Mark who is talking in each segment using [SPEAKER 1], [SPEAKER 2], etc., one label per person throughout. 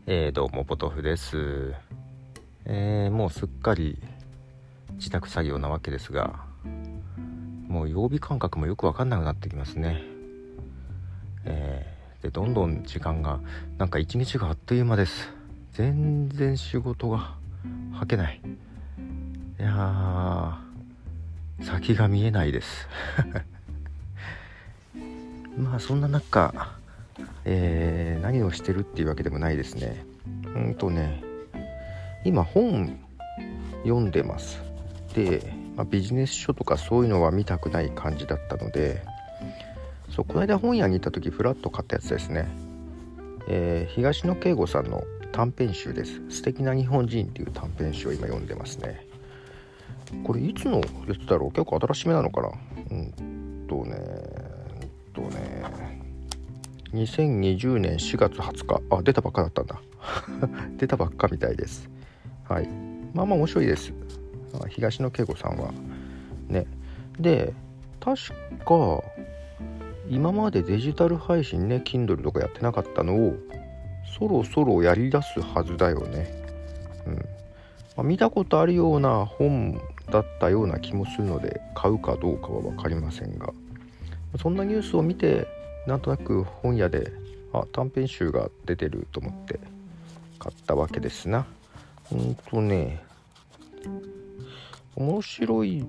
[SPEAKER 1] どうもポトフです。もうすっかり自宅作業なわけですが、もう曜日感覚もよく分かんなくなってきますね。でどんどん時間がなんか一日があっという間です。全然仕事がはけない。いやー、先が見えないですまあそんな中、何をしてるっていうわけでもないですね。今本読んでます。で、ビジネス書とかそういうのは見たくない感じだったので、この間本屋に行った時フラッと買ったやつですね。東野圭吾さんの短編集です。素敵な日本人っていう短編集を今読んでますね。これいつのやつだろう。結構新しめなのかな。2020年4月20日。出たばっかだったんだ出たばっかみたいです。はい。まあ面白いです。東野圭吾さんはね。で、確か今までデジタル配信ね、Kindle とかやってなかったのをそろそろやり出すはずだよね。見たことあるような本だったような気もするので、買うかどうかは分かりませんが、そんなニュースを見てなんとなく本屋で短編集が出てると思って買ったわけですな。面白い。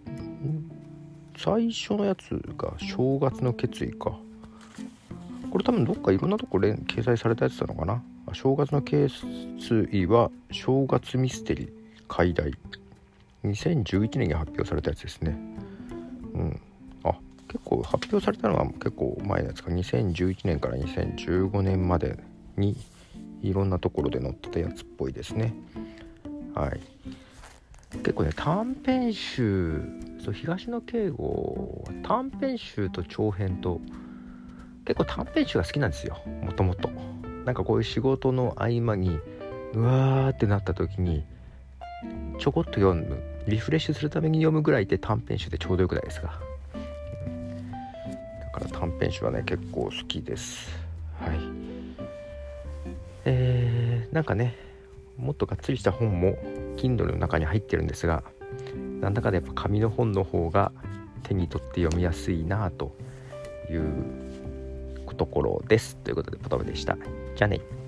[SPEAKER 1] 最初のやつが正月の決意か。これ多分どっかいろんなところで掲載されたやつなのかな。正月の決意は正月ミステリー解題、2011年に発表されたやつですね。結構発表されたのは結構前のやつか。2011年から2015年までにいろんなところで載ってたやつっぽいですね。はい。結構ね、短編集、東野圭吾短編集と長編と結構短編集が好きなんですよ。もともとなんかこういう仕事の合間にうわーってなった時にちょこっと読む、リフレッシュするために読むぐらいで短編集でちょうどよくないですか。だから短編集はね結構好きです。はい。なんかね、もっとがっつりした本も Kindle の中に入ってるんですが、なんだかでやっぱ紙の本の方が手に取って読みやすいなというところです。ということでポトフでした。じゃあね。